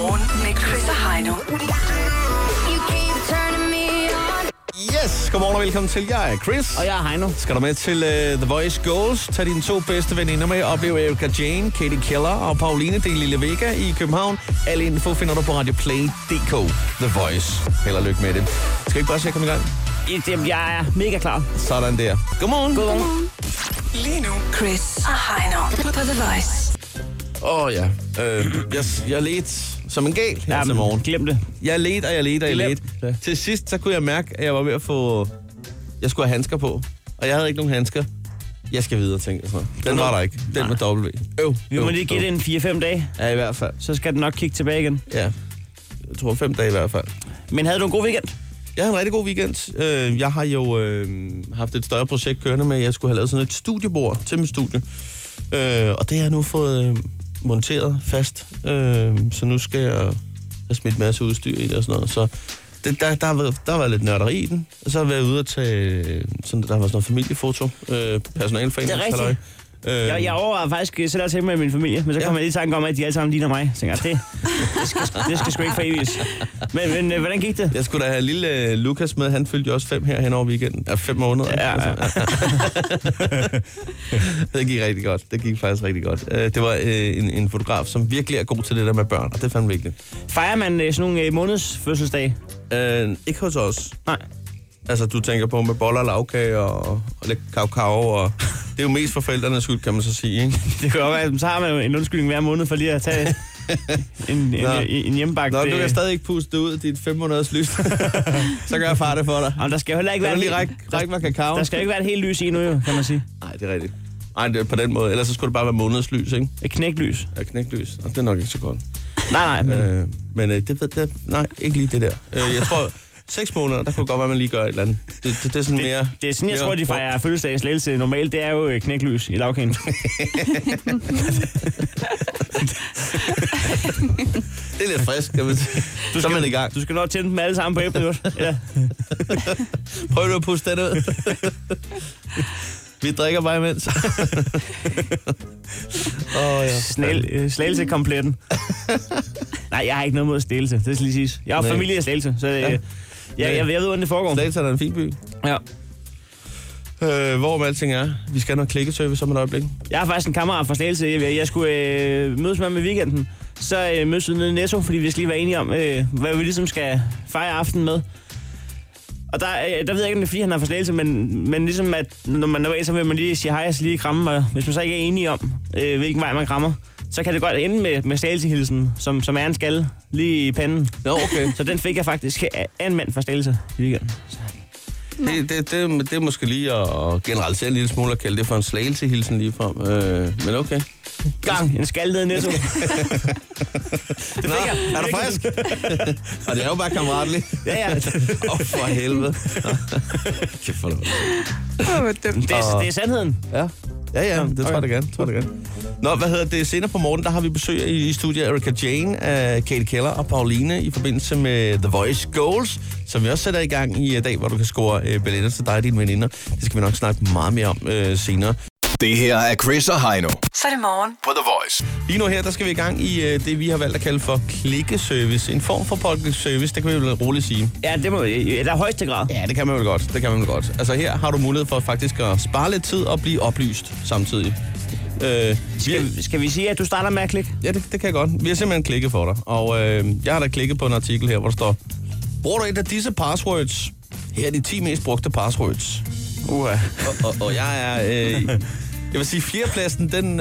Morgen med Chris og Heino. Yes, godmorgen og velkommen til. Jeg er Chris. Og jeg er Heino. Skal du med til The Voice Goals? Tag dine 2 bedste veninder med. Oplev Erika Jane, Katie Keller og Pauline de Lille Vega i København. Alle info finder du på radioplay.dk. The Voice. Held og lykke med det. Skal vi ikke bare se at komme i gang? Jamen, jeg er mega klar. Sådan der. Godmorgen. Godmorgen. Lige nu, Chris og Heino på The Voice. Ja. Jeg ledte som en gal her til morgen. Glem det. Jeg ledte, og jeg ledte. Ja. Til sidst, så kunne jeg mærke, at jeg var ved at få... Jeg skulle have handsker på, og jeg havde ikke nogen handsker. Jeg skal videre, tænkte jeg så. Den var der ikke. Den med W. Vi må lige give det en 4-5 dage. Ja, i hvert fald. Så skal den nok kigge tilbage igen. Ja. Jeg tror 5 dage i hvert fald. Men havde du en god weekend? Jeg havde en rigtig god weekend. Jeg har jo haft et større projekt kørende med, at jeg skulle have lavet sådan et studiebord til mit studie. Og det har jeg nu fået monteret fast. Så nu skal jeg have smidt masse udstyr i det og sådan noget. Så der var lidt nørderi i den. Og så har jeg været ude og tage sådan, der var sådan noget familiefoto. Personalforening. Det er rigtigt. Jeg overvejer faktisk selv at tage med min familie, men så kommer jeg lige i tanke om, at de alle sammen ligner mig. Så tænker det skal sgu ikke for evigt. Men hvordan gik det? Jeg skulle da have lille Lukas med. Han fyldte jo også 5 her hen over weekenden. 5 måneder. Ja. Det gik rigtig godt. Det gik faktisk rigtig godt. Det var en fotograf, som virkelig er god til det der med børn, og det er fandme vigtigt. Fejrer man sådan nogle månedsfødselsdage? Ikke hos os. Nej. Altså, du tænker på med boller, lavkage og lidt kakao, og det er jo mest for forældrenes skyld, kan man så sige, ikke? Det kan jo være, så har man jo en undskyldning hver måned for lige at tage en hjemmebagt... Nå, du kan stadig ikke puste ud dit 5 måneders lys. Så gør jeg far det for dig. Og der skal jo heller ikke være... Lige ræk mig kakao. Der skal ikke være et helt lys i nu, jo, kan man sige. Nej, det er rigtigt. Nej, det er på den måde. Ellers så skulle det bare være månedslys, ikke? Et knæklys. Ja, knæklys. Og det er nok ikke så godt. Nej. Men nej, ikke lige det der. Jeg tror... 6 måneder, der kunne godt være, man lige gør et eller andet. Det er sådan mere... Det er sådan, jeg tror, de fejrer fødselsdagens Slagelse. Normalt, det er jo knæklys i lavkagen. Det er lidt frisk, kan man sige. Så er man i gang. Du skal nok tænde dem alle sammen på æblet. Ja. Prøv du at puste den ud. Vi drikker bare imens. Slagelse-kompletten. Nej, jeg har ikke noget mod Slagelse, det skal lige siges. Jeg har familie i Slagelse, så jeg ved, hvordan det foregår. Slagelse er en fin by. Ja. Hvor alting er. Vi skal have noget klikkeservice om et øjeblik. Jeg har faktisk en kammerat fra Slagelse. Jeg skulle mødes med ham i weekenden. Så mødes vi nede i Netto, fordi vi skal lige være enige om, hvad vi ligesom skal fejre aftenen med. Og der ved jeg ikke, om det er, fordi han har forslagelse, men ligesom, at når man er væk, så vil man lige sige hej og lige kramme. Og hvis man så ikke er enige om, hvilken vej man krammer, så kan det godt ende med slagelsehilsen, som er en skalle lige i panden. Nå, okay. Så den fik jeg faktisk af en mand fra Slagelse i weekenden. Det er måske lige at generalisere en lille smule og kalde det for en slagelsehilsen lige frem. Men okay. Gang, en skaldet Netto. Det fik jeg. Er du frisk? Og det er jo bare kammeratligt. Ja. For helvede. Kæft for det. Det er sandheden. Ja, det tror jeg da gerne. Nå, hvad hedder det? Senere på morgen, der har vi besøg i studiet af Erika Jane, af Katie Keller og Pauline i forbindelse med The Voice Goals, som vi også sætter i gang i dag, hvor du kan score billetter til dig og dine veninder. Det skal vi nok snakke meget mere om senere. Det her er Chris og Heino. Så er det morgen på The Voice. Lige nu her, der skal vi i gang i det, vi har valgt at kalde for klikkeservice. En form for public service, det kan vi jo roligt sige. Ja, det må der er højeste grad. Ja, det kan man vel godt. Altså her har du mulighed for faktisk at spare lidt tid og blive oplyst samtidig. Skal vi sige, at du starter med at klikke? Ja, det kan jeg godt. Vi har simpelthen klikket for dig. Og jeg har da klikket på en artikel her, hvor der står: bruger du et af disse passwords? Her er de 10 mest brugte passwords. Og jeg er... jeg vil sige, fjerdepladsen, den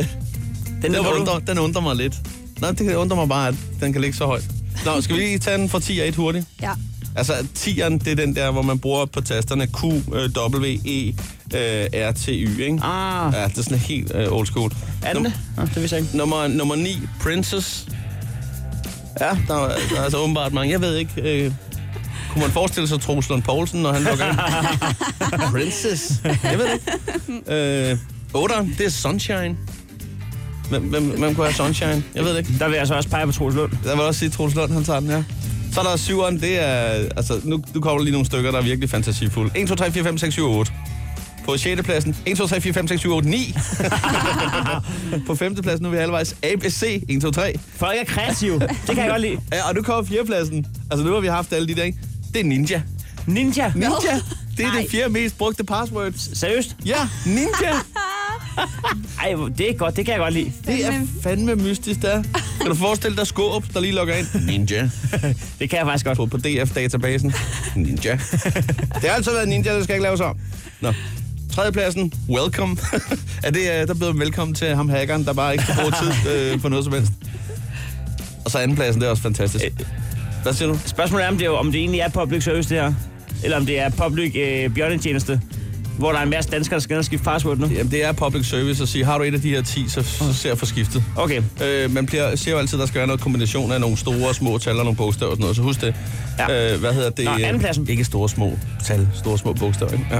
undrer mig lidt. Nå, det undrer mig bare, at den kan ligge så højt. Nå, skal vi lige tage den fra 10 og 1 hurtigt? Ja. Altså, 10'eren, det er den der, hvor man bruger på tasterne Q, W, E, R, T, Y, ikke? Ah. Ja, det er sådan helt old school. Er den det? Det vidste jeg ikke. Nummer 9, Princess. Ja, der er altså åbenbart mange. Jeg ved ikke... kunne man forestille sig Troels Lund Poulsen, når han lukker ind? Princess? Jeg ved det ikke. 8'eren, det er Sunshine. Hvem kunne have Sunshine? Jeg ved det ikke. Der vil jeg så også pege på Troels Lund. Der vil også sige, Troels Lund, han tager den her. Så er der 7'eren, det er... Altså, nu kommer der lige nogle stykker, der er virkelig fantasifulde. 1, 2, 3, 4, 5, 6, 7, 8. På 6. pladsen, 1, 2, 3, 4, 5, 6, 7, 8, 9. På 5. pladsen, nu er vi halvvejs, ABC, 1, 2, 3. Folk er kreative. Det kan jeg godt lide. Ja, og nu kommer 4. pladsen. Altså, nu har vi haft alle de der, ikke? Det er Ninja. Ninja. Ninja. Det er det 4. mest brugte password. Seriøst? Ja, Ninja. Ej, det er godt. Det kan jeg godt lide. Det er fandme mystisk, der. Kan du forestille dig Skåb, der lige logger ind? Ninja. Det kan jeg faktisk godt. På DF-databasen. Ninja. Det har altid været Ninja, det skal ikke laves om. Nå. 3. pladsen, welcome. Er det, der byder velkommen til ham hackeren, der bare ikke kan bruge tid for noget som helst. Og så 2. pladsen, det er også fantastisk. Hvad siger du? Spørgsmålet er, om det egentlig er public service, det her. Eller om det er public bjørnetjeneste, hvor der er en masse danskere, der skal ind og skifte password nu. Jamen, det er public service at sige, har du et af de her 10, så ser jeg for skiftet. Okay. Man siger jo altid, at der skal være noget kombination af nogle store og små tal og nogle bogstaver og sådan noget, så husk det. Ja. Hvad hedder det? Nå, 2. pladsen. Ikke store små tal, store små bogstaver. Ikke?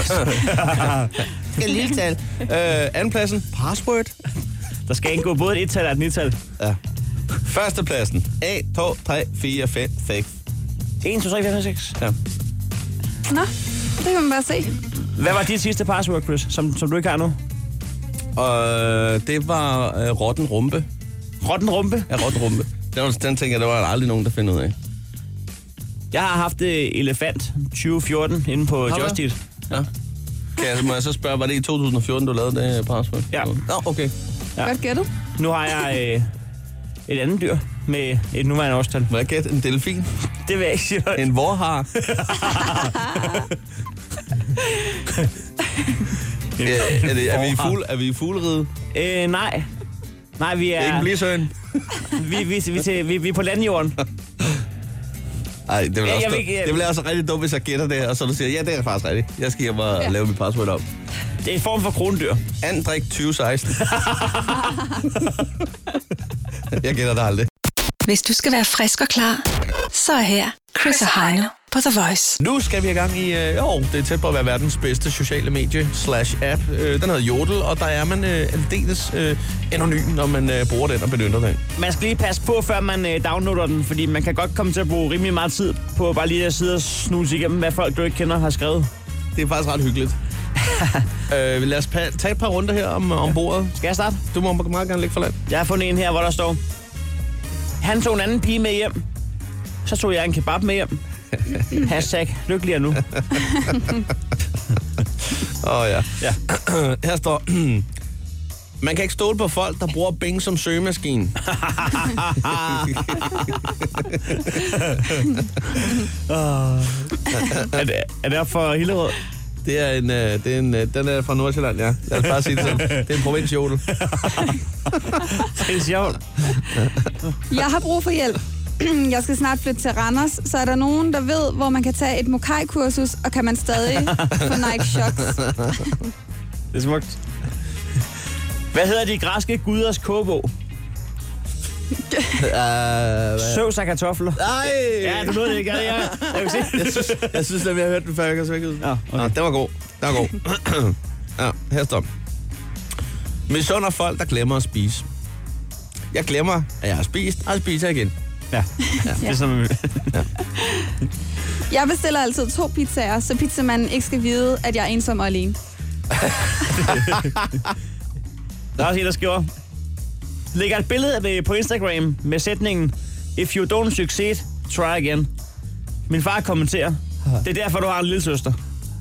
Et lille tal. 2. pladsen, password. Der skal indgå både et 1-tal og et 9-tal. Ja. 1. pladsen, 1, 2, 3, 4, 5, 6. 1, 2, 3, 4, 5, 6. Ja. Nå, det kan man bare se. Hvad var dit sidste password, Chris, som du ikke har nu? Det var Rotten Rumpe. Rotten Rumpe? Ja, Rotten Rumpe. Den tænker jeg, der var aldrig nogen, der finder ud af. Jeg har haft Elefant 2014 inde på Justit. Ja. Må jeg så spørge, var det i 2014, du lavede det password? Ja. Nå, okay. Ja. Godt gættet. Nu har jeg et andet dyr med et nuværende årstal. Må jeg gætte en delfin? Det vil jeg ikke sige. En vorhar? Er vi i fugleride? Nej. Nej, vi er... Det er ikke en blisøen? vi er på landjorden. Ej, det bliver også rigtig dumt, hvis jeg gætter det, og så du siger, ja, det er faktisk rigtigt. Jeg skal hjem og lave mit password op. Det er en form for krondyr. Andrik 2016. Jeg gætter det aldrig. Hvis du skal være frisk og klar, så er her Chris og Heino på The Voice. Nu skal vi i gang i, det er tæt på at være verdens bedste sociale medie /app. Den hedder Jodel, og der er man aldeles anonym, når man bruger den og benytter den. Man skal lige passe på, før man downloader den, fordi man kan godt komme til at bruge rimelig meget tid på bare lige at sidde og snuse igennem, hvad folk, du ikke kender, har skrevet. Det er faktisk ret hyggeligt. Lad os tage et par runder her om bordet. Skal jeg starte? Du må meget gerne lægge for land. Jeg har fundet en her, hvor der står: han tog en anden pige med hjem. Så tog jeg en kebab med hjem. Hashtag lykkeligere nu. Ja. Ja. Her står: man kan ikke stole på folk, der bruger Bing som søgemaskine. Er det op for Hillerød? Det er den er fra Nordsjælland, ja. Lad os bare sige det sådan. Det er en provinsjodel. Det er sjovt. Jeg har brug for hjælp. Jeg skal snart flytte til Randers, så er der nogen, der ved, hvor man kan tage et Mokai-kursus, og kan man stadig få Nike Shox. Det er smukt. Hvad hedder de græske guders kogebog? Sovs af kartofler. Nej! Ja, du nåede det ikke. Jeg synes, at vi har hørt den før, jeg kan så ikke ud. Ja, okay. Den var god. Ja, her står: misunder folk, der glemmer at spise. Jeg glemmer, at jeg har spist, og spiser igen. Ja. Det er sådan, Jeg bestiller altid 2 pizzaer, så pizzamanden ikke skal vide, at jeg er ensom og alene. Der er også en, der skriver: lægger et billede på Instagram med sætningen: if you don't succeed, try again. Min far kommenterer: det er derfor, du har en lille søster.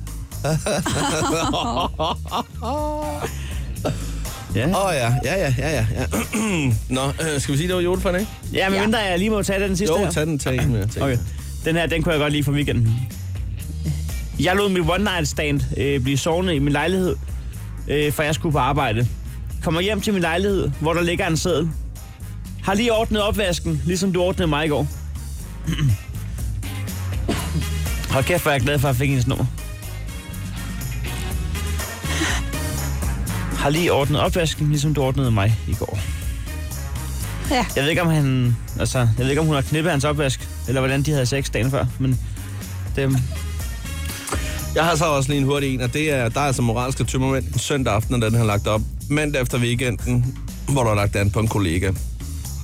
Ja. Ja. Nå, skal vi sige, det var jodel for det, ikke? Ja, men mindre jeg lige må tage den sidste her. Jo, tag en mere. Okay. Den her, den kunne jeg godt lide for weekenden. Jeg lod mit one night stand blive sovende i min lejlighed, for jeg skulle på arbejde. Kommer hjem til min lejlighed, hvor der ligger en seddel. Har lige ordnet opvasken, ligesom du ordnede mig i går. Hold kæft, hvor jeg er glad for, at jeg fik hendes nummer. Har lige ordnet opvasken, ligesom du ordnede mig i går. Ja. Jeg ved ikke, om hun har knippet hans opvask, eller hvordan de havde sex dagen før, men det... Jeg har så også lige en hurtig en, og det er, der er altså moralske tømmermænd søndag aften, da den har lagt op. Mandag efter weekenden, hvor der er lagt an på en kollega.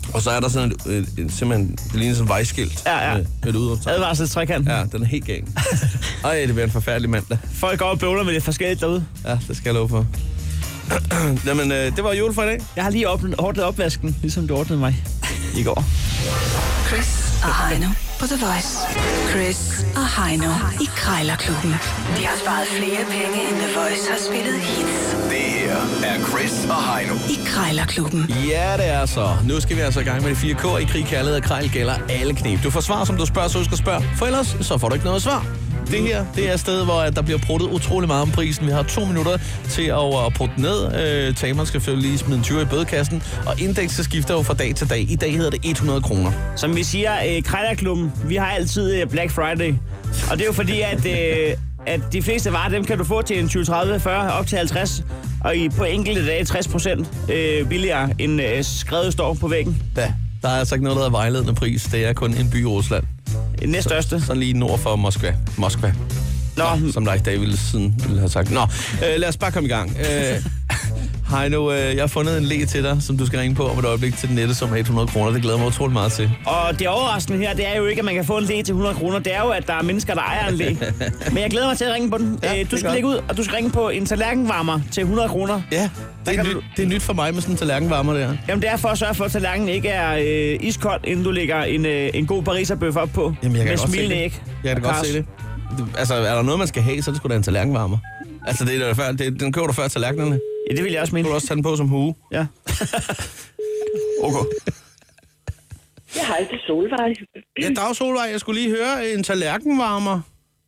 Og så er der sådan simpelthen, det ligner sådan et vejskilt. Ja. Med et udråbstegn. Advarselstrekant. Ja, den er helt gal. Ej, det bliver en forfærdelig mandag. Folk går og bøvler med det forskelligt derude. Ja, det skal jeg love for. Jamen, det var jul for i dag. Jeg har lige ordnet opvasken, ligesom du ordnede mig i går. Chris og Heino på The Voice. Chris og Heino i Krejlerklubben. De har sparet flere penge, end The Voice har spillet hits Det her er Chris og Heino. i Krejlerklubben. Ja, det er så. Nu skal vi altså i gang med de 4 K'er i krig, kaldet og krejl gælder alle knep. Du får svar, som du spørger, så du skal spørge. For ellers, så får du ikke noget svar. Det her, det er et sted, hvor der bliver pruttet utrolig meget om prisen. Vi har 2 minutter til at prutte ned. Tameren skal selvfølgelig lige smide en 20 i bødekassen. Og indekset skifter jo fra dag til dag. I dag hedder det 100 kroner. Som vi siger, Krejlerklubben, vi har altid Black Friday. Og det er jo fordi, at de fleste varer, dem kan du få til en 20, 30, 40, op til 50. Og på enkelte dage 60% billigere, end skrevet står på væggen. Ja, der er altså ikke noget, der er vejledende pris. Det er kun en by i Rusland. Næststørste. Sådan lige nord for Moskva. Nå, som Leif Davidsen ville have sagt. Nå, lad os bare komme i gang. Heino, jeg har fundet en læge til dig, som du skal ringe på om et øjeblik til den nette som 100 kroner. Det glæder mig utroligt meget til. Og det overraskende her, det er jo ikke, at man kan få en læge til 100 kroner. Det er jo, at der er mennesker, der ejer en læge. Men jeg glæder mig til at ringe på den. Ja, du skal lægge ud, og du skal ringe på en tallerkenvarmer til 100 kroner. Ja, det er nyt for mig med sådan en tallerkenvarmer der. Jamen, det er for at sørge for, at tallerkenen ikke er iskold, inden du lægger en god pariserbøf op på. Jamen, jeg kan med godt smilende se det. æg. Jeg kan godt se det. Altså, er der noget, man skal have, så er det sgu da en tallerkenvarmer. Altså, den køber du før tallerkenerne. Ja, det vil jeg også mene. Du kan også tage den på som hue. Ja. Okay. Ja, hej, det er Solvej. Ja, dag Solvej, jeg skulle lige høre en tallerkenvarmer.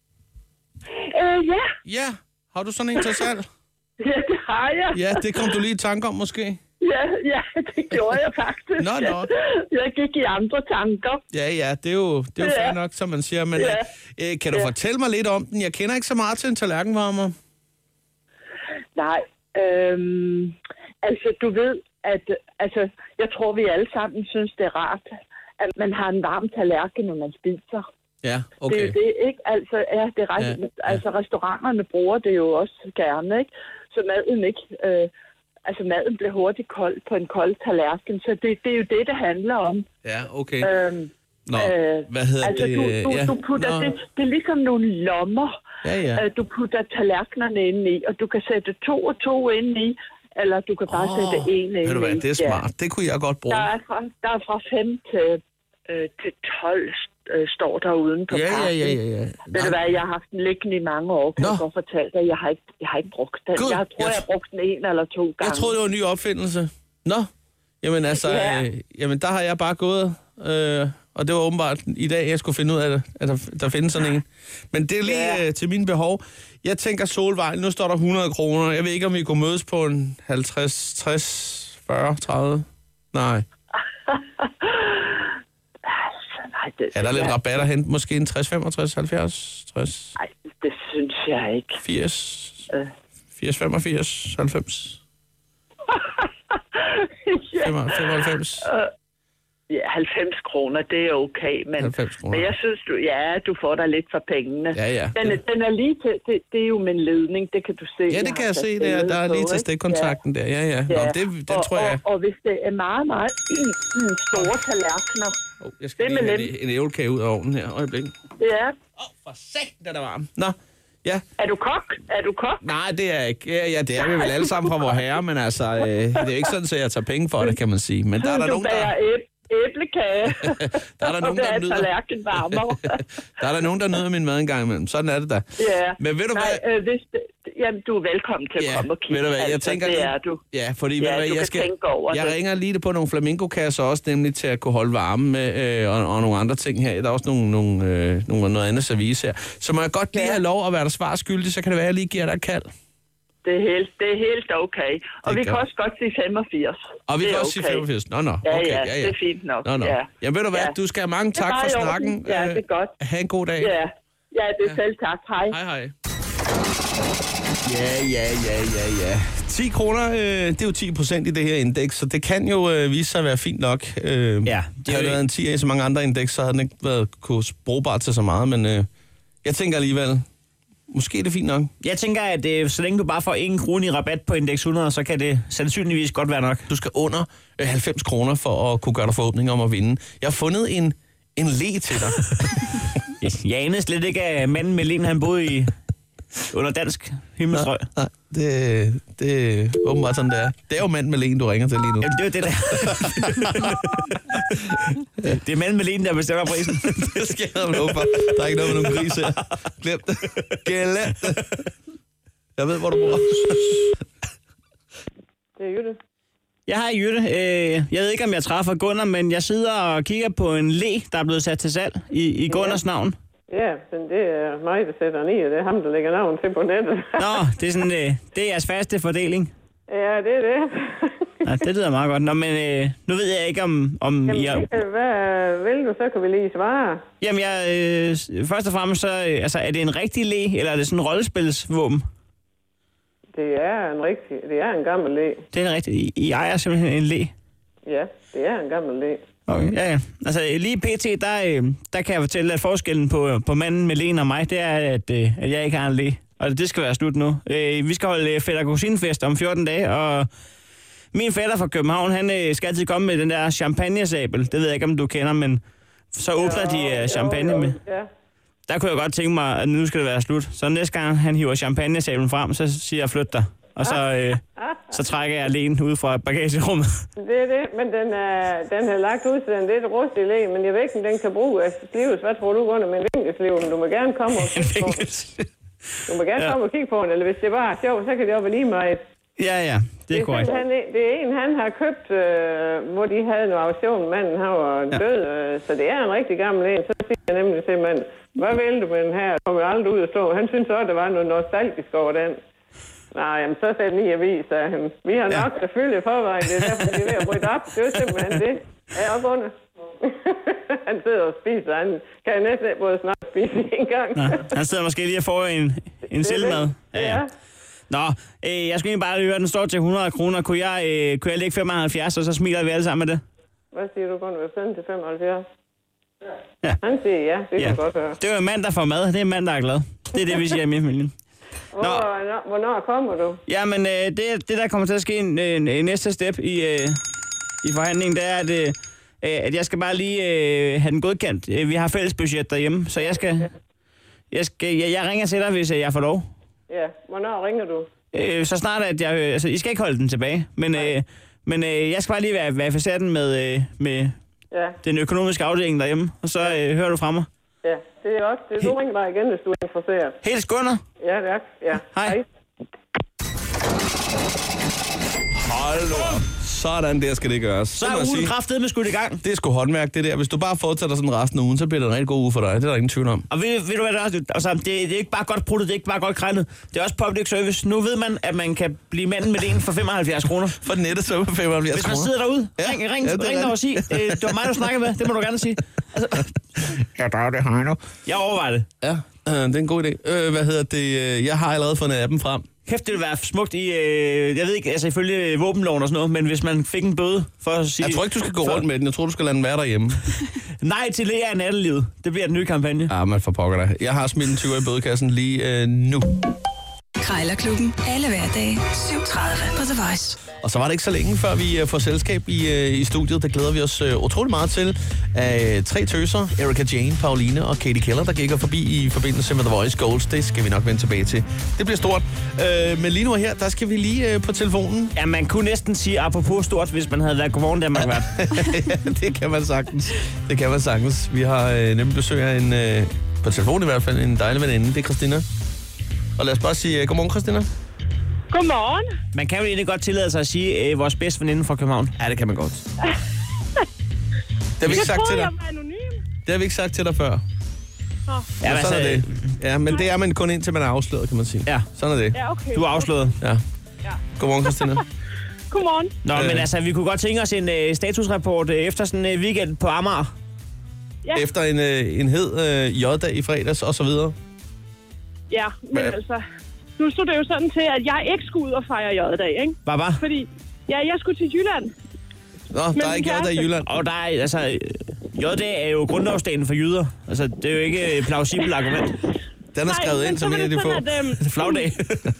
Ja. Ja, har du sådan en til salg? Ja, det har jeg. Ja, det kom du lige i tanke om måske. Ja, det gjorde jeg faktisk. Nå. Jeg gik i andre tanker. Ja, det er jo fair nok, som man siger. Men kan du fortælle mig lidt om den? Jeg kender ikke så meget til en tallerkenvarmer. Nej, altså du ved, at jeg tror, vi alle sammen synes, det er rart, at man har en varm tallerken, når man spiser. Ja, okay. Det er jo det, ikke? Altså, ja, det er ret, Ja. altså restauranterne bruger det jo også gerne, ikke? Så maden ikke... maden bliver hurtigt kold på en kold tallerken, så det er jo det handler om. Ja, okay. Nå, hvad hedder altså, det? Du putter det er ligesom nogle lommer. Ja. Du putter tallerkenerne ind i, og du kan sætte 2 og 2 ind i, eller du kan bare sætte 1 ind i. Ved du hvad, det er smart. Det kunne jeg godt bruge. Der er fra 5 til 12 står der uden på pakken. Ja. Ved du hvad, jeg har haft den liggende i mange år, kan jeg godt fortælle dig. Jeg har ikke brugt den. God. Jeg tror, jeg har brugt den 1 eller 2 gange. Jeg troede, det var en ny opfindelse. Nå, jamen altså, der har jeg bare gået, og det var åbenbart i dag, jeg skulle finde ud af det, at der findes sådan en. Men det er lige til mine behov. Jeg tænker Solvej, nu står der 100 kroner. Jeg ved ikke, om vi kunne mødes på en 50, 60, 40, 30. Nej. Er der lidt rabat at hente? Måske en 60, 65, 70, 60? Nej, det synes jeg ikke. 80, 80, 85, 90? 95? Ja, 90 kroner, det er okay, men jeg synes, du får der lidt for pengene. Ja. Den er lige til, det er jo med en ledning, det kan du se. Ja, det kan jeg se, der er lige til stikkontakten der. Ja. Nå, det tror jeg... Og hvis det er meget, meget store tallerkener... Jeg skal lige have en ævlekage ud af ovnen her. Øjeblik. Ja. For satan, der varm. Nå, ja. Er du kok? Nej, det er ikke. Ja, det er vi vel alle sammen fra vor herre, men altså, det er jo ikke sådan, at jeg tager penge for det, kan man sige. Men der er der nogen, der... æblekage. Der er der nogen, der nyder. Der er der nogen, der nyder min mad en gang imellem. Sådan er det da. Ja. Men ved du hvad? Jamen, du er velkommen til at komme og kigge. Ved du hvad, jeg tænker... Det er du. Ja, fordi ved du hvad, jeg ringer lige på nogle flamingokasser også, nemlig til at kunne holde varme med, og nogle andre ting her. Der er også noget andet service her. Så må jeg godt lige have lov at være der svarskyldig, så kan det være, at jeg lige giver dig et kald. Det er helt okay. Og vi kan også godt sige 85. Og vi kan også sige 85. Nå. Okay, ja, det er fint nok. Nå. Ja. Jamen ved du hvad, du skal have mange tak for snakken. Ja, det er godt. Ha' en god dag. Ja, det er selv tak. Hej. Hej. Ja. 10 kroner, det er jo 10% i det her indeks, så det kan jo vise sig at være fint nok. Det har været en 10 i så mange andre indeks, så havde den ikke været brugbart til så meget, men jeg tænker alligevel, Måske er det fint nok. Jeg tænker, at så længe du bare får 1 krone i rabat på Index 100, så kan det sandsynligvis godt være nok. Du skal under 90 kroner for at kunne gøre dig forhåbninger om at vinde. Jeg har fundet en le til dig. Jeg anede slet ikke, at manden med len, han boede under dansk himmelstrøg. Nej, det er åbenbart sådan, det er. Det er jo manden med len, du ringer til lige nu. Jamen, det er det der. Det er manden med len, der bestemmer prisen. Det skal jeg love for. Der er ikke noget med nogen gris her. Glem det. Glem det. Jeg ved, hvor du bor. Det er Jytte. Jeg har Jytte. Jeg ved ikke, om jeg træffer Gunnar, men jeg sidder og kigger på en le, der er blevet sat til salg i Gunnars navn. Ja, men det er mig, der sætter den i, og det er ham, der lægger navn til på nettet. Nå, det er sådan, det er jeres faste fordeling. Ja, det er det. Ja, det lyder meget godt. Nå, men nu ved jeg ikke, om Jamen, I har... hvad vil du, så kan vi lige svare. Jamen, først og fremmest, så er det en rigtig le, eller er det sådan en rollespilsvåben? Det er en gammel le. Det er rigtigt. I ejer simpelthen en le? Ja, det er en gammel le. Okay, ja. Altså lige pt, der kan jeg fortælle, at forskellen på manden med len og mig, det er, at jeg ikke har en le. Og det skal være slut nu. Vi skal holde fætter- og kusinefest om 14 dage, og min fætter fra København, han skal altid komme med den der champagnesabel. Det ved jeg ikke, om du kender, men så åbner de champagne med. Ja. Der kunne jeg godt tænke mig, at nu skal det være slut. Så næste gang han hiver champagnesablen frem, så siger jeg, flyt dig. Og så trækker jeg len ud fra bagagerummet. Det er det, men den er lagt ud til den lidt rustig le, men jeg ved ikke, om den kan bruge af livs. Hvad tror du under med vinkelsliv? Men du må gerne komme og kigge på den. Du må gerne komme og kigge på den, eller hvis det bare er sjovt, så kan det jo være lige meget. Ja, det er korrekt. Det er en, han har købt, hvor de havde en auktion. Manden han var død, så det er en rigtig gammel en. Så siger jeg nemlig til manden, hvad vil du med den her? Jeg kommer aldrig ud og stå. Han synes også, der var noget nostalgisk over den. Nej, jamen så sagde den i avis, sagde han. Vi har nok selvfølgelig forvejen, det er derfor, de er ved at bryde op. Det er simpelthen det. Er jeg op under? Han sidder og spiser, han kan næsten både snart spise en gang. Nå, han sidder måske lige og får en selvmad. Ja. Nå, jeg skulle egentlig bare høre, den står til 100 kroner. Kunne jeg lægge 75, og så smiler vi alle sammen med det? Hvad siger du, kun vil sende til 75? Ja. Han siger ja, det kan godt høre. Det er jo en mand, der får mad. Det er en mand, der er glad. Det er det, vi siger i min familie. Hvornår kommer du? Jamen, det der kommer til at ske en næste step i forhandlingen, det er, at jeg skal bare lige have den godkendt. Vi har fælles budget derhjemme, så jeg ringer til dig, hvis jeg får lov. Ja, hvornår ringer du? Så snart, at jeg... Altså, I skal ikke holde den tilbage, men jeg skal bare lige verificere den med den økonomiske afdeling derhjemme, og så hører du fra mig. Ja, det er også. Du ringer bare igen, hvis du er interesseret. Helt skunder. Ja, det er. Ja. Hej. Hold nu. Sådan der skal det gøres. Så er ugen kraftedeme skudt i gang. Det er sgu håndværk, det der. Hvis du bare fortsætter sådan resten af ugen, så bliver det en rigtig god uge for dig. Det er der ingen tvivl om. Og ved du hvad det er? Altså, det er ikke bare godt pruttet, det er ikke bare godt krændet. Det er også public service. Nu ved man, at man kan blive manden med len for 75 kroner. For nettet så for 75 kroner. Hvis man sidder derude, ring dig og sig, det var mig, du snakkede med. Det må du gerne sige. Altså, ja, der er det Heino. Jeg overvejer det. Ja, det er en god idé. Hvad hedder det? Jeg har allerede fundet appen frem. Kæft, det ville være smukt i, jeg ved ikke, altså ifølge våbenloven og sådan noget, men hvis man fik en bøde for at sige... Jeg tror ikke, du skal gå rundt med den. Jeg tror, du skal lade den være derhjemme. Nej til læger i nattelivet. Det bliver den nye kampagne. Ja, man får pokker dig. Jeg har smidt en 20 i bødekassen lige nu. Krejlerklubben. Alle hverdage. 7:30 på The Voice. Og så var det ikke så længe, før vi får selskab i studiet. Der glæder vi os utrolig meget til. Af 3 tøser, Erika Jane, Pauline og Katie Keller, der gik forbi i forbindelse med The Voice Goals. Det skal vi nok vende tilbage til. Det bliver stort. Men lige nu her, der skal vi lige på telefonen. Ja, man kunne næsten sige apropos stort, hvis man havde været Godmorgen Danmark vært. Ja, det kan man sagtens. Det kan man sagtens. Vi har nemlig besøg af en, på telefonen i hvert fald, en dejlig veninde. Det er Christina. Og lad os bare sige godmorgen, Christina. Godmorgen. Man kan jo egentlig godt tillade sig at sige vores bedste veninde fra København. Ja, det kan man godt. Det har vi ikke sagt til dig. Det har vi ikke sagt til dig før. Ja, sådan er det. Ja, men det er man kun indtil man er afsløret, kan man sige. Ja. Sådan er det. Ja, okay. Du er afsløret. Ja. Godmorgen, Christina. Godmorgen. Nå, men altså, vi kunne godt tænke os en statusrapport efter sådan en weekend på Amager. Ja. Efter en hed J-dag i fredags og så videre. Ja, men altså... Nu stod det jo sådan til, at jeg ikke skulle ud og fejre J-dag, ikke? Hvad? Fordi, jeg skulle til Jylland. Nå, der er ikke J-dag i Jylland. Og der er, altså... J-dag er jo grundlovsdagen for jyder. Altså, det er jo ikke et plausibelt argument. Den er skrevet ind, som en af de få. Flagdag.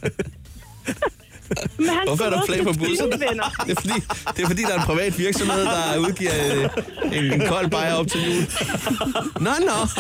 Hvorfor er der flag på bussen? Det er fordi, der er en privat virksomhed, der udgiver en kold bajer op til jul. Nå.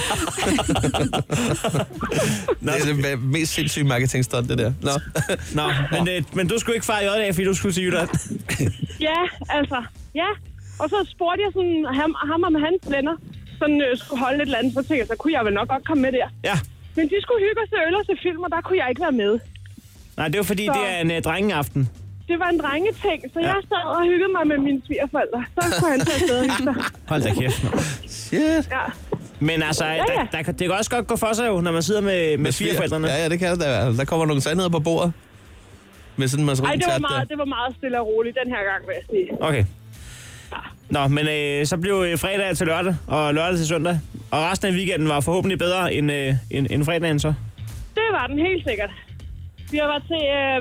Det er det mest sindssyge marketingstunt, det der. Nå, men du skulle ikke fejre J-dag, fordi du skulle til Jylland. Ja, altså. Ja. Og så spurgte jeg sådan, ham og med hans venner, sådan skulle holde et eller andet, så tænkte jeg, så kunne jeg vel nok godt komme med der. Ja. Men de skulle hygge sig øl og se film, og der kunne jeg ikke være med. Nej, det var fordi, det er en drengeaften. Det var en drengeting, så jeg sad og hyggede mig med mine svigerforældre. Så kunne han tage afsted. Hold da kæft. Shit. Ja. Men altså, det kan også godt gå for sig jo, når man sidder med svigerforældrene. Ja, det kan det da. Der kommer nogle sandheder på bordet. Med sådan en masse det var meget stille og roligt den her gang, vil jeg sige. Okay. Nå, men så blev fredag til lørdag, og lørdag til søndag. Og resten af weekenden var forhåbentlig bedre end fredagen så. Det var den helt sikkert. Vi har været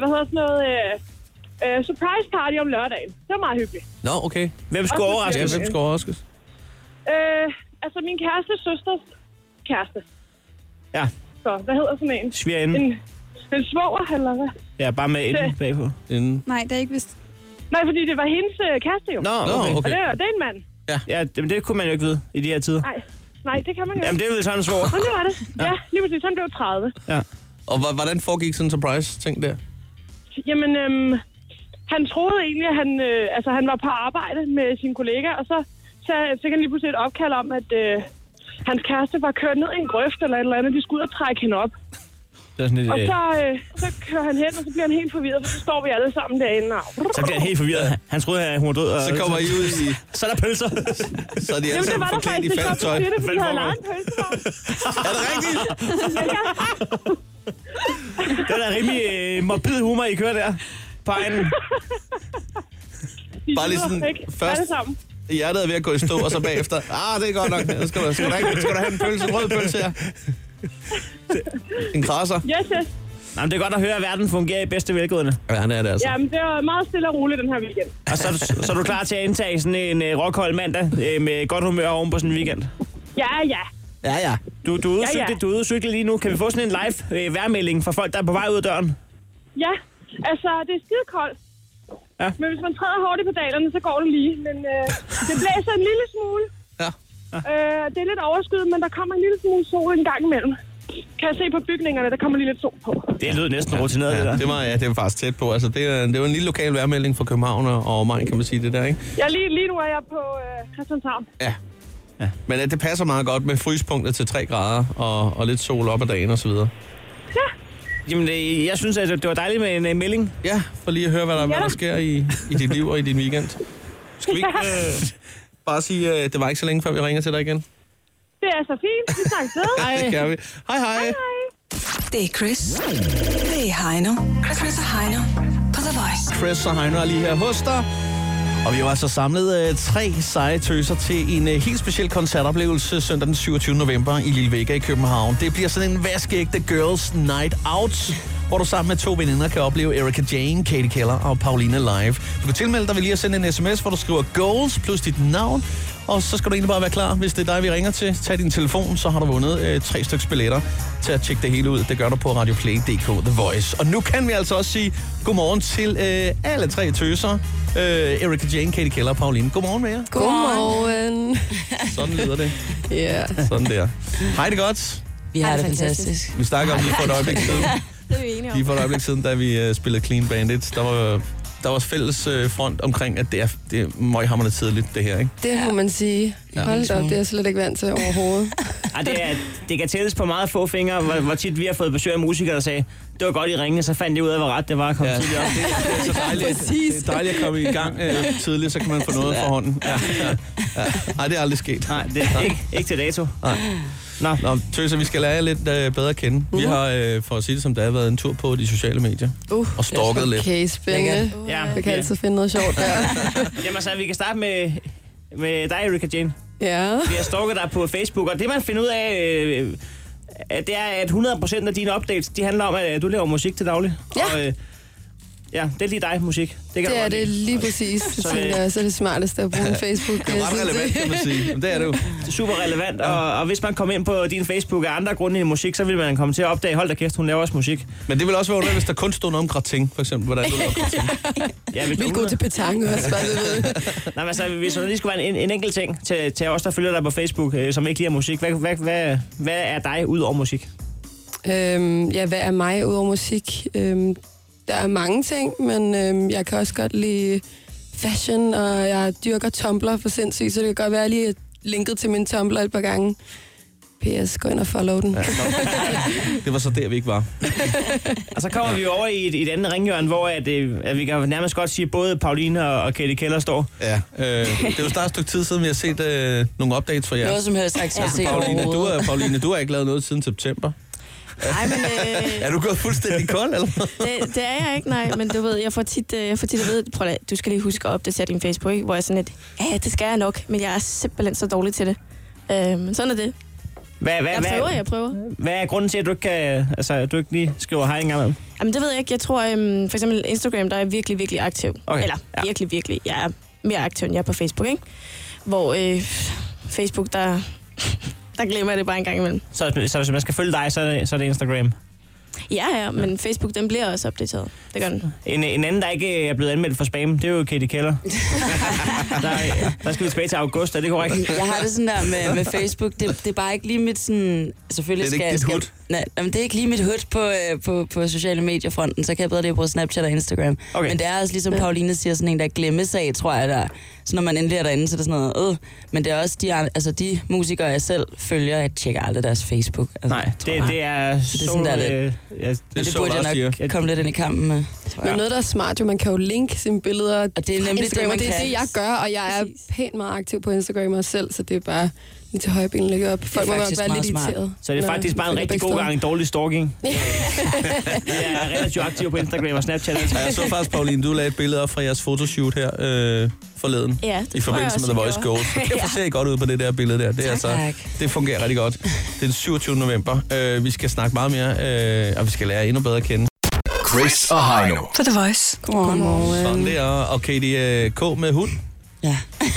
til, surprise party om lørdagen. Det var meget hyggeligt. Nå, okay. Hvem skulle overraskes? Hvem skulle overraskes? Altså min kærestes søsters kæreste. Ja. Så, hvad hedder sådan en? Svigerinde. En svoger, eller hvad? Ja, bare med inden bagpå. Nej, det er ikke vist. Nej, fordi det var hendes kæreste jo. Nå, okay. Og det er en mand. Ja, men det kunne man jo ikke vide i de her tider. Nej, det kan man jo. Jamen, det er vel sådan en svoger. Men det var det. Ja, lige præcis. Han blev 30. Ja. Og hvordan foregik sådan en surprise-ting der? Jamen, han troede egentlig, at han var på arbejde med sine kollegaer, og så fik han lige pludselig et opkald om, at hans kæreste var kørt ned i en grøft eller et eller andet, de skulle ud og trække hende op. Det er sådan lidt, og så kører han hen, og så bliver han helt forvirret, for så står vi alle sammen derinde. Så bliver han helt forvirret. Han troede, at hun var død. Og så kommer I ud i... Så er der pølser. Så er de alle sammen forklædt i faldtøj. Jamen, det var der faktisk, de havde lavet en pølsevogn. Er det rigtigt? Det er da rimelig morbid humor, I kører der. På egen. Bare lige sådan først... Hjertet er ved at gå i stå, og så bagefter... det er godt nok. Skal du have en pølse, en rød pølse her? En krasser? Yes. Jamen, det er godt at høre, at verden fungerer i bedste velgående. Ja, det er det altså. Jamen, det var meget stille og roligt den her weekend. Og så er du klar til at indtage sådan en rockhold mandag med godt humør oven på sådan en weekend? Ja. Du er ude at cykle lige nu. Kan vi få sådan en live vejrmelding for folk, der er på vej ud af døren? Ja, altså, det er skide koldt. Ja. Men hvis man træder hårdt i pedalerne, så går det lige. Men det blæser en lille smule. Ja. Det er lidt overskyet, men der kommer en lille smule sol en gang imellem. Kan jeg se på bygningerne, der kommer lige lidt sol på. Det lyder næsten rutineret, det der. Det var faktisk tæt på. Altså, det var en lille lokal vejrmelding fra København og omegn, kan man sige det der, ikke? Ja, lige nu er jeg på Christianshavn. Ja. Men det passer meget godt med fryspunktet til 3 grader og lidt sol op ad dagen og så videre. Ja. Jamen, jeg synes, at det var dejligt med en melding. Ja, for lige at høre, hvad der sker i dit liv og i din weekend. Skal vi ikke bare sige, at det var ikke så længe, før vi ringer til dig igen? Det er så fint. Vi snakkes ved. Hej. Det gør vi. Hej. Det er Chris. Det er Heino. Chris og Heino på The Voice. Chris og Heino er lige her hos dig. Og vi var altså samlet 3 seje tøser til en helt speciel koncertoplevelse søndag den 27. november i Lille Vega i København. Det bliver sådan en vaskeægte Girls Night Out, hvor du sammen med 2 veninder kan opleve Erika Jane, Katie Keller og Pauline live. Du kan tilmelde dig ved lige at sende en sms, hvor du skriver GOALS plus dit navn. Og så skal du egentlig bare være klar, hvis det er dig, vi ringer til. Tag din telefon, så har du vundet 3 styks billetter til at tjekke det hele ud. Det gør du på radioplay.dk The Voice. Og nu kan vi altså også sige godmorgen til alle 3 tøser. Erika Jane, Katie Keller og Pauline. Godmorgen med jer. Godmorgen. Sådan lyder det. Ja. Sådan der. Hej det godt. Vi har det fantastisk. Vi snakker om lige for et øjeblik siden. Det er vi enige om. Lige for et øjeblik siden, da vi spillede Clean Bandit, der var fælles front omkring, at det er møghamrende tidligt, det her, ikke? Det må man sige. Hold op, det er jeg slet ikke vant til overhovedet. Det kan tælles på meget få fingre, hvor tit vi har fået besøg af musikere, der sagde, det var godt i ringe, så fandt jeg ud af, hvor ret det var at komme tidligt op. Det er så dejligt. Det er dejligt at komme i gang tidligt, så kan man få noget for hånden. Ja. Nej, det er aldrig sket. Nej, det er ikke til dato. Nej. Nå, tøser, vi skal lære jer lidt bedre at kende. Vi har, for at sige det som det er, været en tur på de sociale medier og stalket lidt. Okay, spændende. Jeg kan altid finde noget sjovt der. Jamen så, vi kan starte med dig, Erika Jane. Ja. Vi har stalket dig på Facebook, og det man finder ud af, det er, at 100% af dine updates, de handler om, at du laver musik til daglig. Ja. Ja, det er lige dig, musik. Det er det lige præcis. Så er det smarteste at bruge en Facebook. Det er ret relevant, kan man sige. Jamen, det er det jo. Det er super relevant, og hvis man kommer ind på din Facebook af andre grunde i musik, så vil man komme til at opdage, hold da kæft, hun laver også musik. Men det vil også være underligt, hvis der kun stod noget om gratin, for eksempel. Hvordan du laver gratin. Ja, vi er gode til petanque også, bare det ved. Nej, men altså, hvis der lige skulle være en enkelt ting til os, der følger dig på Facebook, som ikke liker musik, hvad er dig ud over musik? Ja, hvad er mig ud over musik? Der er mange ting, men jeg kan også godt lide fashion, og jeg dyrker Tumblr for sindssygt, så det kan godt være, at jeg lige linket til min Tumblr et par gange. PS, gå ind og follow den. Ja, det var så der, vi ikke var. Og så kommer vi over i et andet ringhjørne, hvor at vi kan nærmest godt sige, at både Pauline og Katie Keller står. Ja, det er jo snart et stykke tid siden, vi har set nogle updates fra jer. Noget som helst accepteret. Pauline, du har ikke lavet noget siden september. Nej, men... Er du gået fuldstændig kold, eller det er jeg ikke, nej. Men du ved, jeg får tit at vide, prøv at, du skal lige huske at opdatere din Facebook, ikke? Hvor jeg sådan lidt, ja, det skal jeg nok, men jeg er simpelthen så dårlig til det. Men sådan er det. Jeg prøver. Hvad er grunden til, at du ikke kan, du ikke lige skriver hej engang med? Jamen, det ved jeg ikke. Jeg tror, for eksempel Instagram, der er jeg virkelig, virkelig aktiv. Okay. Eller virkelig, virkelig. Jeg er mere aktiv, end jeg er på Facebook, ikke? Hvor Facebook, der glemmer jeg det bare en gang imellem. Så hvis man skal følge dig, så er det Instagram? Ja, men Facebook, den bliver også opdateret. Det gør den. En anden, der ikke er blevet anmeldt for spam, det er jo Katie Keller. der skal vi tilbage til august, er det korrekt? Jeg har det sådan der med Facebook. Det er bare ikke lige mit sådan... Selvfølgelig det er ikke dit hud? Nej, det er ikke lige mit hud på sociale mediefronten, så kan jeg bedre det bruge Snapchat og Instagram. Okay. Men det er også ligesom Pauline siger, sådan en der glemmesag, tror jeg, der. Så når man endelig er derinde, så er det sådan noget, Men det er også de musikere, jeg selv følger, jeg tjekker aldrig deres Facebook. Altså, nej, det er sådan der lidt. Det burde jeg nok komme lidt ind i kampen med. Men noget, der er smart, jo, man kan jo linke sine billeder. Og det er nemlig Instagram, det er det, jeg gør, og jeg er pænt meget aktiv på Instagram også selv, så det er bare lige til højre benet lægge op. Folk må være lidt irriteret. Så det er faktisk bare en rigtig god gang en dårlig stalking. Jeg er relativt aktiv på Instagram og Snapchat. Jeg så faktisk, Pauline, du lagde et billede op fra jeres fotoshoot her forleden. Ja, i forbindelse med The Voice Gold. Det ser godt ud på det der billede der. Det fungerer rigtig godt. Det er den 27. november. Vi skal snakke meget mere, og vi skal lære endnu bedre at kende. Chris og Heino. For The Voice. Godmorgen. Sådan der. Og Katie K. med hund. Ja.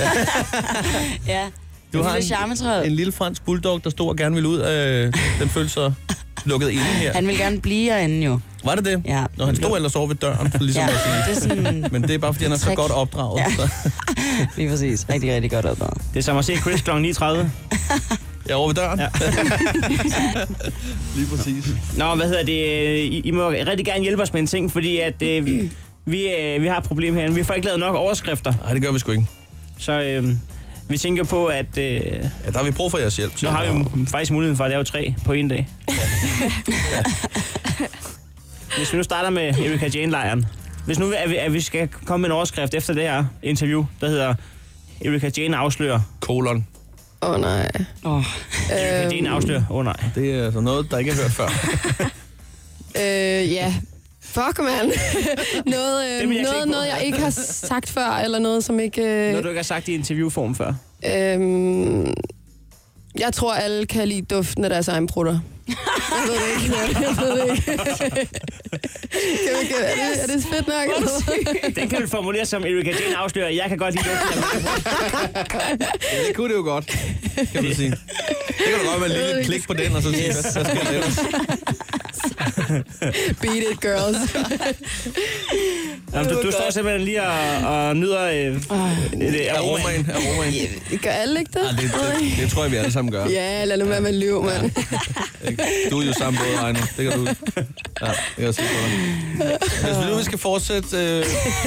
Ja. Du har en lille fransk bulldog, der stod og gerne ville ud. Den følte sig lukket inde her. Han vil gerne blive herinde jo. Var det det? Ja. Når han stod ellers over ved døren. Ligesom det er sådan... Men det er bare, fordi han er så godt opdraget. Ja. Lige præcis. Rigtig, rigtig godt opdraget. Det er som at se Chris kl. 9:30. Ja, over ved døren. Ja. Lige præcis. Nå, hvad hedder det? I må rigtig gerne hjælpe os med en ting, fordi at vi har et problem herinde. Vi får ikke lavet nok overskrifter. Nej, det gør vi sgu ikke. Så vi tænker på, at... ja, der har vi brug for jeres hjælp. Nu har vi jo faktisk muligheden for at lave 3 på en dag. Ja. Hvis vi nu starter med Erika Jane-lejren. Hvis nu at vi skal komme med en overskrift efter det her interview, der hedder Erika Jane afslører... Kolon. Nej. Erika Jane afslører... nej. Det er altså noget, der ikke er hørt før. Ja. Fuck, man. noget, jeg ikke har sagt før, eller noget, som ikke... Noget, du ikke har sagt i interviewform før? Jeg tror, alle kan lide duften af deres egen prutter. Jeg ved det ikke. Er det fedt nok? Den kan vi formulere som Erika Jane afslører. Jeg kan godt lide duften af ja, det kunne det jo godt, kan man sige. Det kan du godt være en lille klik på den, og så sige, hvad skal der ellers? Beat it, girls. Jamen, du står simpelthen lige og nyder aromaen. Gør alle ikke det? Det tror jeg, vi alle sammen gør. Ja, lad nu være med liv, mand. Du er jo samme både, Heino. Det kan du. Ja, det kan jeg sige for dig. Hvis vi nu skal fortsætte...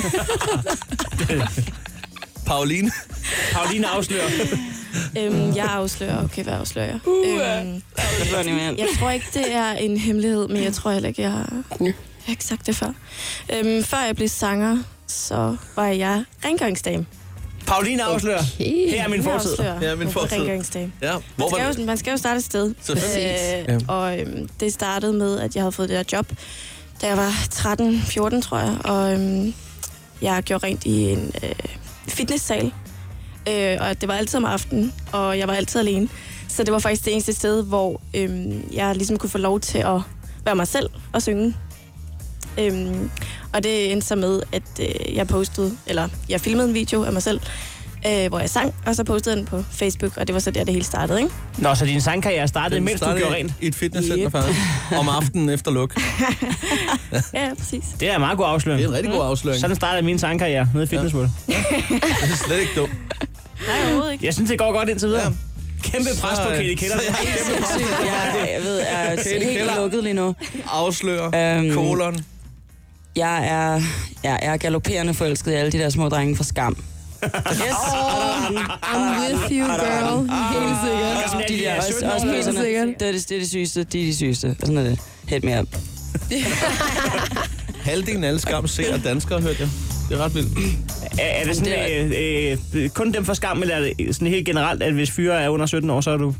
Pauline afslører. Jeg afslører. Okay, hvad afslører jeg? Jeg tror ikke, det er en hemmelighed, men jeg tror heller ikke, jeg har ikke sagt det før. Før jeg blev sanger, så var jeg rengøringsdame. Pauline afslører. Okay. Her er min fortid. Her er min fortid. Rengøringsdame. Ja. Man skal jo starte et sted. Og det startede med, at jeg havde fået det der job, da jeg var 13-14, tror jeg. Og jeg gjorde rent i en fitnesssal. Og det var altid om aftenen, og jeg var altid alene. Så det var faktisk det eneste sted, hvor jeg ligesom kunne få lov til at være mig selv og synge. Og det endte så med, at jeg filmede en video af mig selv, hvor jeg sang, og så postede den på Facebook, og det var så der, det hele startede, ikke? Nå, så din sangkarriere startede, mens du gjorde rent? I et fitnesscenter, faktisk. Om aftenen efter luk. Ja, præcis. Det er en meget god afsløring. Det er en rigtig god afsløring. Sådan startede min sangkarriere nede i fitnessmål. Det er slet ikke dumt. Nej, overhovedet ikke. Jeg synes, det går godt indtil videre. Ja. Kæmpe pres på Katie Keller. Jeg ved, jeg er helt lukket lige nu. Afslører. Kolon. Jeg er galopperende forelsket i alle de der små drenge fra Skam. Yes. I'm with you, girl. Helt sikkert. De der også helt sikkert. Det er det sygeste, de er de sygeste. Og sådan er det. Helt mere. Halvdelen af alle Skam ser danskere, hørte jeg. Det er ret vildt. Er det sådan, kun dem for Skam, eller er det sådan helt generelt, at hvis fyre er under 17 år, så er du...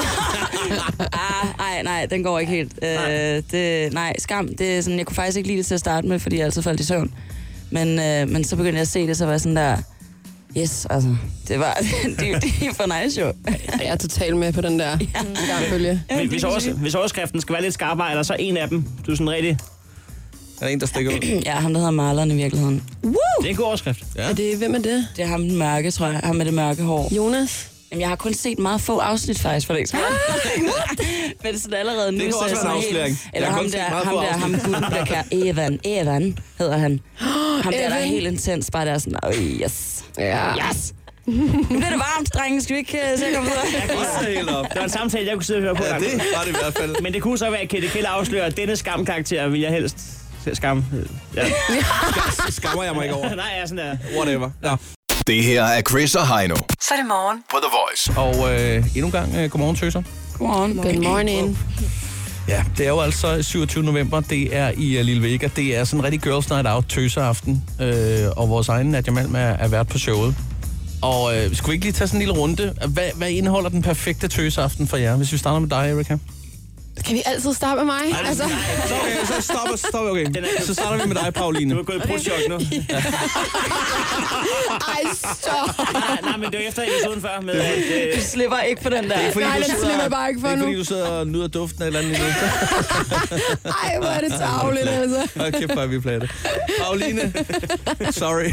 Nej, den går ikke helt. Skam, det er sådan, jeg kunne faktisk ikke lide det til at starte med, fordi jeg altid faldt i søvn. Men så begyndte jeg at se det, så var jeg sådan der... Yes, altså, det er for nice jo. Jeg er totalt med på den der skambølge. Hvis overskriften skal være lidt skarpere, eller så en af dem, du er sådan rigtig... Er der en, der stikker ud? Ja, ham der hedder Marlon i virkeligheden. Woo! Det er en god overskrift. Ja. Hvem er det? Det er ham den mørke, tror jeg. Ham med det mørke hår. Jonas? Jamen, jeg har kun set meget få afsnit faktisk for det. Men det er sådan allerede nu. Det kan også være en afsløring. Eller ham gutten, der kan... Evan hedder han. Ham der er helt intens, bare der sådan... Yes. Ja. Yes. Nu bliver det varmt, drenge. Skal vi ikke se at komme videre? Det var en samtale, jeg kunne sidde og høre på. Ja, det var det i hvert fald. Men det kunne så være, at Katie Keller afslører, at denne skamkarakter vil jeg helst... Skam. Ja. Skammer jeg mig ikke over? Nej, jeg er sådan der. Whatever. Ja. Det her er Chris og Heino Så er det morgen på The Voice. Og endnu en gang, godmorgen, tøser. Godmorgen. Good morning. Ja, det er jo altså 27. november. Det er i Lille Vega. Det er sådan en rigtig girls night out tøseraften. Og vores egen Nadia Malm er vært på showet. Og skulle vi ikke lige tage sådan en lille runde? Hvad indeholder den perfekte tøseraften for jer? Hvis vi starter med dig, Erika. Kan vi altid starte med mig? Nej, altså. Så stop. Okay. Så starter vi med dig, Pauline. Du er gået i brudchok nu. Ja. Ej, stop. Nej, men det var efter episoden før. Med, du slipper ikke på den der. Nej, den slipper jeg bare ikke for nu. Det er fordi, du sidder og nyder duften af et eller andet endnu. Ej, hvor er det tarveligt, altså. Okay, hvor er vi platte. Pauline, sorry.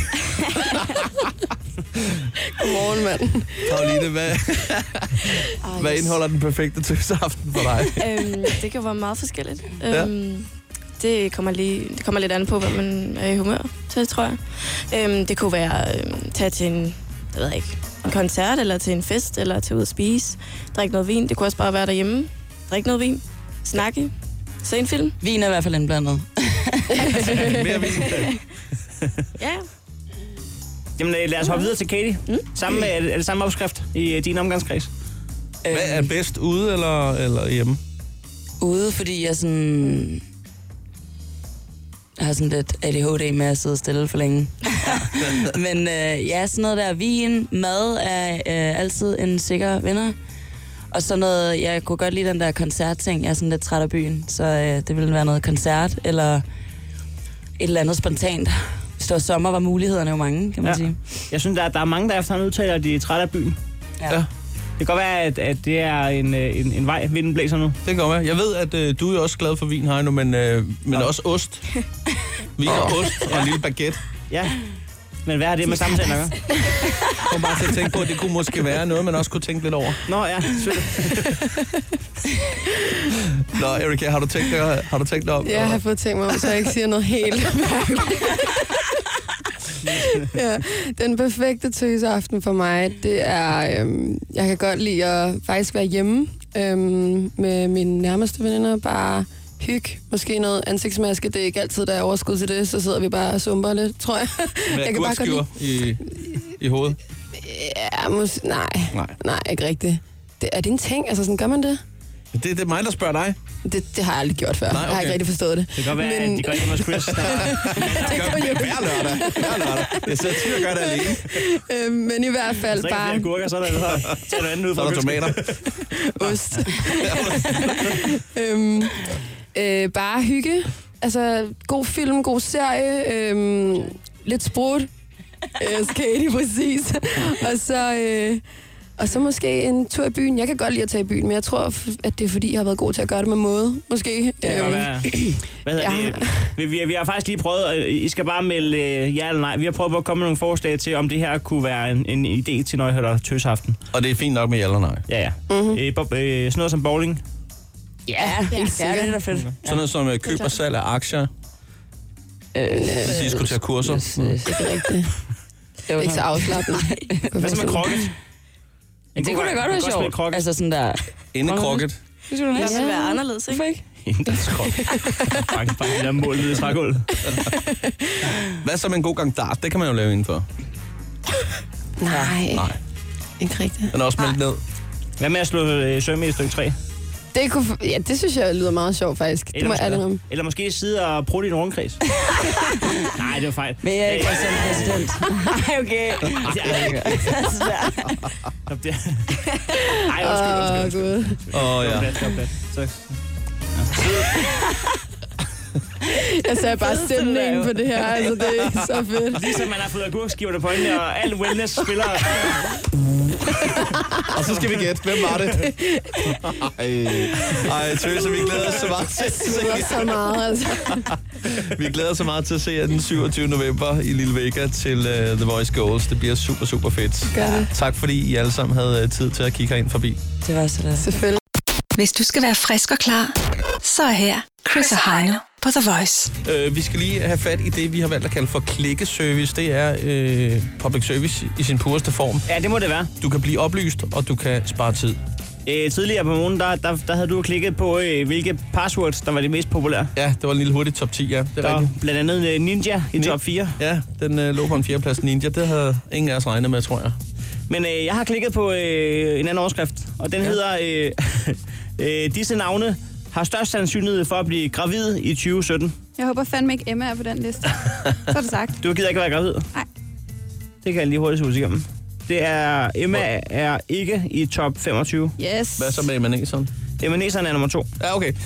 Godmorgen, mand. Pauline, hvad indeholder den perfekte tøseaften for dig? Det kan være meget forskelligt. Ja. Det kommer lidt an på, hvad man er i humør til, tror jeg. Det kunne være tage til en koncert, eller til en fest, eller til ud at spise, drikke noget vin. Det kunne også bare være derhjemme, drikke noget vin, snakke, se en film. Vin er i hvert fald indblandet. Mere vin. Ja. Jamen lad os hoppe videre til Katie. Er det samme opskrift i din omgangskreds? Hvad er bedst, ude eller hjemme? Ude, fordi jeg sådan... Jeg har sådan lidt ADHD med at sidde stille for længe. Men sådan noget der vin, mad er altid en sikker vinder. Og så noget, jeg kunne godt lide den der koncertting. Jeg er sådan lidt træt af byen, så det ville være noget koncert eller et eller andet spontant. Hvis det var sommer, var mulighederne jo mange, kan man sige. Jeg synes, der er mange, der efterhånden udtaler, at de er træt af byen. Ja. Det kan godt være, at det er en vej, vinden blæser nu. Det kan godt være. Jeg ved, at du er også glad for vin, Heino, men også ost. Vin og ost og en lille baguette. Ja, men hvad har det med samtalen at gøre? Jeg kom bare til at tænke på, at det kunne måske være noget, man også kunne tænke lidt over. Nå ja, selvfølgelig. Nå, Erika, har du tænkt dig om? Ja, jeg har fået tænkt mig om, så jeg ikke siger noget helt mærkeligt. Ja, den perfekte tøseaften for mig, det er, jeg kan godt lide at faktisk være hjemme med mine nærmeste veninder, bare hygge, måske noget ansigtsmaske, det er ikke altid, der er overskud til det, så sidder vi bare og sumper lidt, tror jeg. Med agurkskiver i hovedet? Ja, nej, ikke rigtigt. Er det en ting? Altså, sådan gør man det? Det er mig, der spørger dig. Det har jeg aldrig gjort før. Nej, okay. Jeg har ikke rigtig forstået det. Det kan godt være, at de gør ikke med Chris. Det gør vi hver lørdag. Jeg sidder tit og gør det alene. Men i hvert fald så bare... Så gurker, så er der noget andet ud fra. Så er der tomater. Ost. Bare hygge. Altså, god film, god serie. Lidt sprut. Katie, præcis. Og så måske en tur i byen. Jeg kan godt lide at tage i byen, men jeg tror, at det er fordi, jeg har været god til at gøre det med måde. Måske. Hvad hedder det? Vi har faktisk lige prøvet, I skal bare melde ja eller nej. Vi har prøvet på at komme med nogle forslag til, om det her kunne være en idé til, når jeg hører tøsaften. Og det er fint nok med ja eller nej? Ja. Sådan noget som bowling? Ja, det er da fedt. Sådan noget som køb og salg af aktier? Hvis I skulle tage kurser? Det er rigtigt. Det er ikke så afslappende. Hvad så med krokket? Det kunne da godt være sjovt. Altså sådan der... Indekrokket? Det skulle næsten være anderledes, ikke? Hvorfor ikke? Indekrokket. Bare det der mål nede i trægulvet. Hvad så med en god gang dart? Det kan man jo lave indenfor. Nej. Ikke rigtigt. Den er også meldt ned. Hvad med at slå søm i et stykke træ? Det synes jeg lyder meget sjovt, faktisk. Det må jeg aldrig. Eller måske sidde og prøve i en rundkreds. Nej, det var fejl. Men jeg er ikke som præsident. Nej, okay. Ej, undskyld. Ja. Jeg ser bare stemningen på det her. Altså, det er så fedt. Ligesom man har fået agurkskiverne på øjnene, og alle wellness spiller. Og så skal vi gætte, hvem var det? Ej, Tøse, vi glæder os så meget til at se. Så meget, altså. Vi glæder os så meget til at se jer den 27. november i Lille Vega til The Voice Goals. Det bliver super, super fedt. Tak fordi I alle sammen havde tid til at kigge herind forbi. Det var så det. Selvfølgelig. Hvis du skal være frisk og klar, så er her Chris og Heino på The Voice. Vi skal lige have fat i det, vi har valgt at kalde for klikkeservice. Det er public service i sin pureste form. Ja, det må det være. Du kan blive oplyst, og du kan spare tid. Tidligere på morgenen, der havde du klikket på, hvilke passwords, der var det mest populære. Ja, det var en lille hurtig top 10, ja. Det er rigtigt. Blandt andet Ninja i top 4. Ja, den lå på en 4. plads Ninja. Det havde ingen af os regnet med, tror jeg. Men jeg har klikket på en anden overskrift, og den hedder, disse navne har størst sandsynlighed for at blive gravid i 2017. Jeg håber fandme ikke Emma er på den liste. Så er det sagt. Du gider ikke være gravid? Nej. Det kan jeg lige hurtigt huske igennem. Det er, Emma er ikke i top 25. Yes. Hvad så med Emaneseren? Emaneseren er nummer 2. Ja, okay.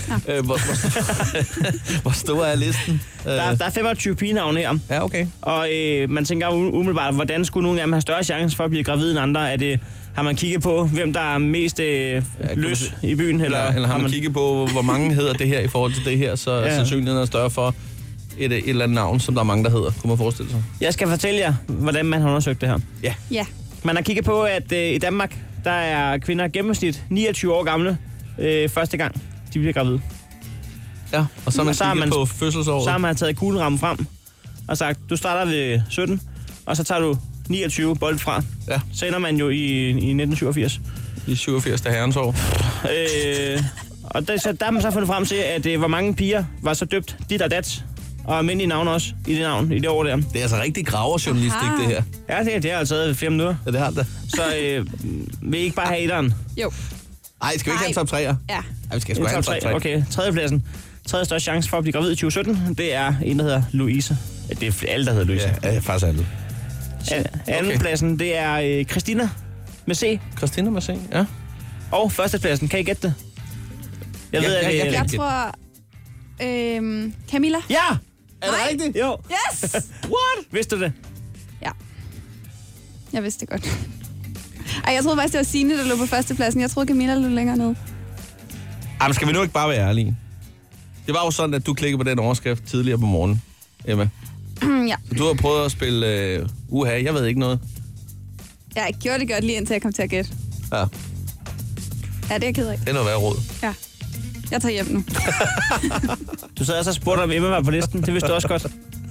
Hvor stor er listen? Der er 25 pigenavne her. Ja, okay. Og man tænker umiddelbart, hvordan skulle nogle af dem have større chance for at blive gravid end andre? Har man kigget på, hvem der er mest løs i byen? Eller har man kigget på, hvor mange hedder det her i forhold til det her, så sandsynligheden er større for et eller andet navn, som der er mange, der hedder. Kunne man forestille sig? Jeg skal fortælle jer, hvordan man har undersøgt det her. Ja. Man har kigget på, at i Danmark, der er kvinder gennemsnit 29 år gamle første gang, de bliver gravide. Ja, og så har man kigget på fødselsåret. Så har man taget kuglerammen frem og sagt, du starter ved 17, og så tager du 29 bold fra. Ja. Så ender man jo i 1987. I 87, der herrens år. Og der har man så fundet frem til, at hvor mange piger var så døbt dit og dat, og almindelige navne også i det år der. Det er altså rigtig graverjournalistik, det her. Ja, det har altså taget 5 minutter. Ja, det har det. Så vil I ikke bare have etteren? Jo. Ej, skal vi ikke have en top 3'er? Ja. Ej, vi skal sgu have en top 3'er. Okay, tredjepladsen. Tredje største chance for at blive gravid i 2017, det er en, der hedder Louise. Ja, det er alle, der hedder Louise. Ja, faktisk alle. Andenpladsen, det er Christina med C. Christina med C, ja. Og førstepladsen, kan I gætte det? Jeg ved, at jeg tror... Camilla? Ja! Er det rigtigt? Jo. Yes! What? Vidste du det? Ja. Jeg vidste det godt. Ej, jeg troede faktisk, det var Signe, der lå på førstepladsen. Jeg troede, Camilla lå længere nede. Jamen, skal vi nu ikke bare være ærlige? Det var jo sådan, at du klikkede på den overskrift tidligere på morgenen, Emma. Ja. Så du har prøvet at spille jeg ved ikke noget. Jeg gjorde det godt lige indtil jeg kom til at gætte. Ja. Ja, det er jeg ked af. Det er noget værd råd. Ja. Jeg tager hjem nu. Du sad altså og spurgte, om Emma var på listen. Det vidste du også godt.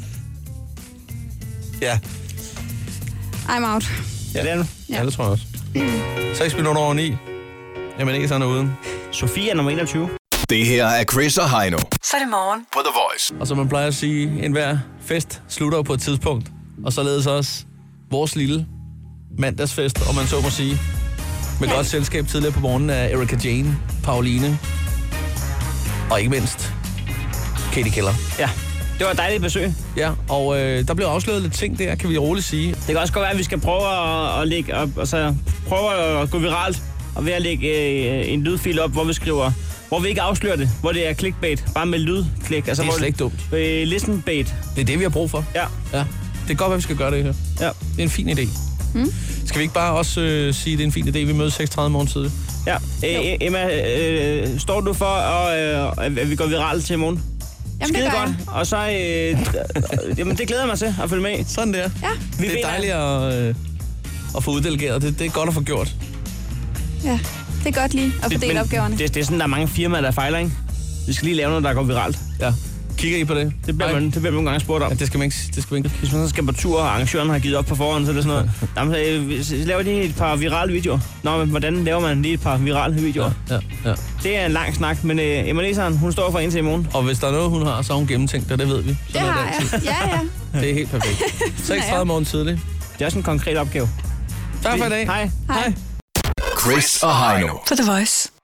Ja. I'm out. Ja, det er du. Ja, det tror jeg også. 6 minutter over 9. Jamen ikke sådan uden. Sofie er nummer 21. Det her er Chris og Heino. Så er det morgen på The Voice. Og som man plejer at sige, enhver fest slutter på et tidspunkt. Og således også vores lille mandagsfest, om man så må sige. Med godt selskab tidligere på morgenen af Erika Jane, Pauline og ikke mindst Katie Keller. Ja, det var et dejligt besøg. Ja, og der blev afsløret lidt ting der, kan vi roligt sige. Det kan også godt være, at vi skal prøve at lægge prøve at gå viralt og ved at lægge en lydfil op, hvor vi skriver, hvor vi ikke afslører det, hvor det er clickbait, bare med lydklik. Altså, det er slet ikke dumt. Listenbait. Det er det, vi har brug for. Ja. Det er godt, at vi skal gøre det her. Ja. Det er en fin idé. Skal vi ikke bare også sige, at det er en fin idé, vi mødes 6:30 morgen tidligt? Ja. Emma, står du for, at vi går viralt til i morgen? Jamen, skide det gør godt. jeg. Og så, jamen, det glæder jeg mig til at følge med. Sådan der. Ja. Det er dejligt at få uddelegeret. Det er godt at få gjort. Ja, det er godt lige at fordele opgaverne. Det er sådan, der er mange firmaer, der fejler, ikke? Vi skal lige lave noget, der går viralt. Ja. Kigger I på det? Det bliver man nogle gange spurgt om. Ja, det skal man ikke. Hvis man så skal på tur, og arrangøren har givet op på forhånd, så er det sådan noget. Jamen, så laver de et par virale videoer. Nå, men hvordan laver man lige et par virale videoer? Ja. Det er en lang snak, men Emma Leseren, hun står for indtil i morgen. Og hvis der er noget, hun har, så har hun gennemtænkt det ved vi. Det har jeg. Ja. Det er helt perfekt. 6:30 morgen tidligt. Det er også en konkret opgave. Tak for i dag. Hej. Chris og Heino. På The Voice.